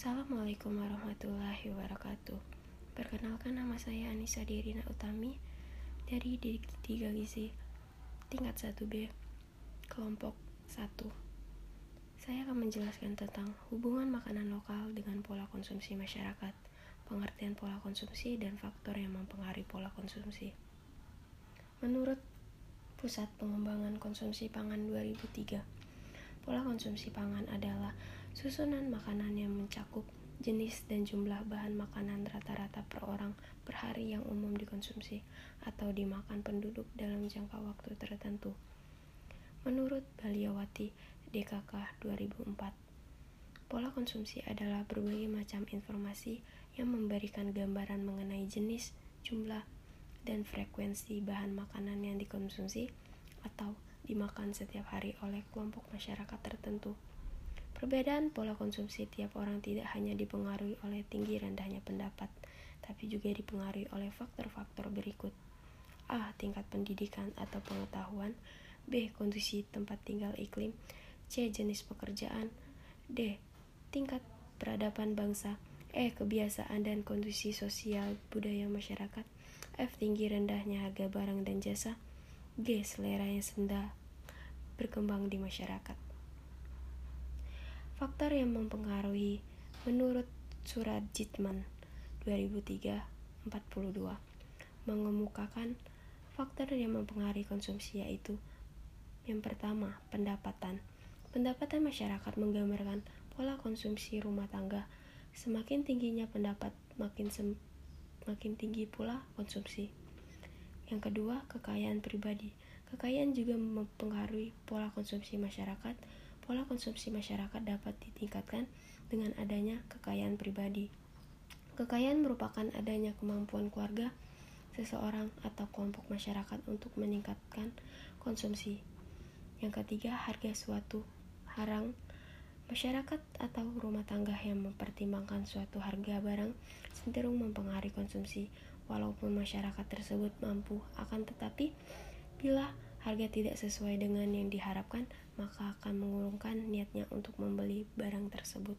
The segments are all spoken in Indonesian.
Assalamualaikum warahmatullahi wabarakatuh. Perkenalkan, nama saya Anissa Dirina Utami dari D3 Gizi tingkat 1B kelompok 1. Saya akan menjelaskan tentang hubungan makanan lokal dengan pola konsumsi masyarakat, pengertian pola konsumsi, dan faktor yang mempengaruhi pola konsumsi. Menurut Pusat Pengembangan Konsumsi Pangan 2003, pola konsumsi pangan adalah susunan makanan yang mencakup jenis dan jumlah bahan makanan rata-rata per orang per hari yang umum dikonsumsi atau dimakan penduduk dalam jangka waktu tertentu. Menurut Baliawati, DKK 2004, pola konsumsi adalah berbagai macam informasi yang memberikan gambaran mengenai jenis, jumlah, dan frekuensi bahan makanan yang dikonsumsi atau dimakan setiap hari oleh kelompok masyarakat tertentu. Perbedaan pola konsumsi tiap orang tidak hanya dipengaruhi oleh tinggi rendahnya pendapat, tapi juga dipengaruhi oleh faktor-faktor berikut. A. Tingkat pendidikan atau pengetahuan. B. Kondisi tempat tinggal iklim. C. Jenis pekerjaan. D. Tingkat peradaban bangsa. E. Kebiasaan dan kondisi sosial budaya masyarakat. F. Tinggi rendahnya harga barang dan jasa. G. Selera yang sedang berkembang di masyarakat. Faktor yang mempengaruhi menurut Surajitman 2003-42 mengemukakan faktor yang mempengaruhi konsumsi, yaitu yang pertama, pendapatan. Pendapatan masyarakat menggambarkan pola konsumsi rumah tangga. Semakin tingginya pendapat, makin tinggi pula konsumsi. Yang kedua, kekayaan pribadi. Kekayaan juga mempengaruhi pola konsumsi masyarakat. Pola konsumsi masyarakat dapat ditingkatkan dengan adanya kekayaan pribadi. Kekayaan merupakan adanya kemampuan keluarga, seseorang, atau kelompok masyarakat untuk meningkatkan konsumsi. Yang ketiga, harga suatu barang. Masyarakat atau rumah tangga yang mempertimbangkan suatu harga barang cenderung mempengaruhi konsumsi, walaupun masyarakat tersebut mampu, akan tetapi bila harga tidak sesuai dengan yang diharapkan, maka akan mengurungkan niatnya untuk membeli barang tersebut.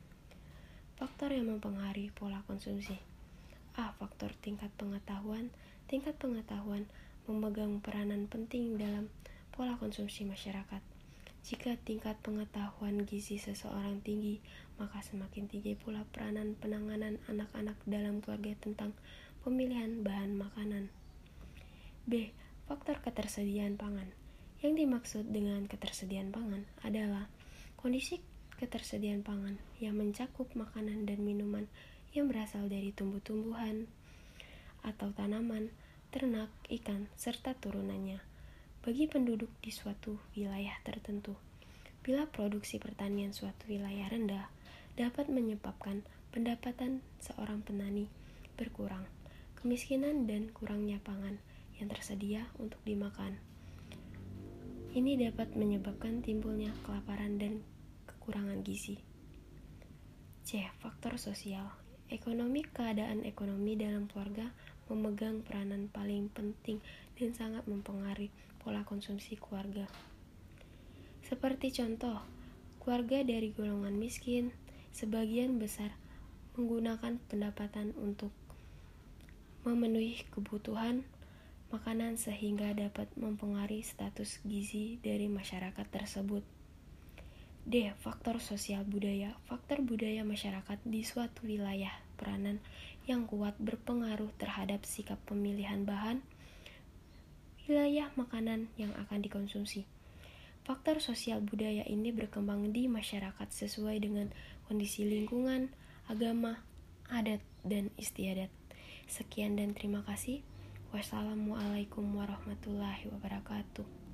Faktor yang mempengaruhi pola konsumsi. A. Faktor tingkat pengetahuan. Tingkat pengetahuan memegang peranan penting dalam pola konsumsi masyarakat. Jika tingkat pengetahuan gizi seseorang tinggi, maka semakin tinggi pula peranan penanganan anak-anak dalam keluarga tentang pemilihan bahan makanan. B. Faktor ketersediaan pangan. Yang dimaksud dengan ketersediaan pangan adalah kondisi ketersediaan pangan yang mencakup makanan dan minuman yang berasal dari tumbuh-tumbuhan atau tanaman, ternak, ikan, serta turunannya bagi penduduk di suatu wilayah tertentu. Bila produksi pertanian suatu wilayah rendah, dapat menyebabkan pendapatan seorang petani berkurang, kemiskinan, dan kurangnya pangan yang tersedia untuk dimakan. Ini dapat menyebabkan timbulnya kelaparan dan kekurangan gizi. C. Faktor sosial. Ekonomi. Keadaan ekonomi dalam keluarga memegang peranan paling penting dan sangat mempengaruhi pola konsumsi keluarga. Seperti contoh, keluarga dari golongan miskin sebagian besar menggunakan pendapatan untuk memenuhi kebutuhan makanan sehingga dapat mempengaruhi status gizi dari masyarakat tersebut. D. Faktor sosial budaya. Faktor budaya masyarakat di suatu wilayah peranan yang kuat berpengaruh terhadap sikap pemilihan bahan wilayah makanan yang akan dikonsumsi. Faktor sosial budaya ini berkembang di masyarakat sesuai dengan kondisi lingkungan, agama, adat, dan istiadat. Sekian dan terima kasih. Wassalamualaikum warahmatullahi wabarakatuh.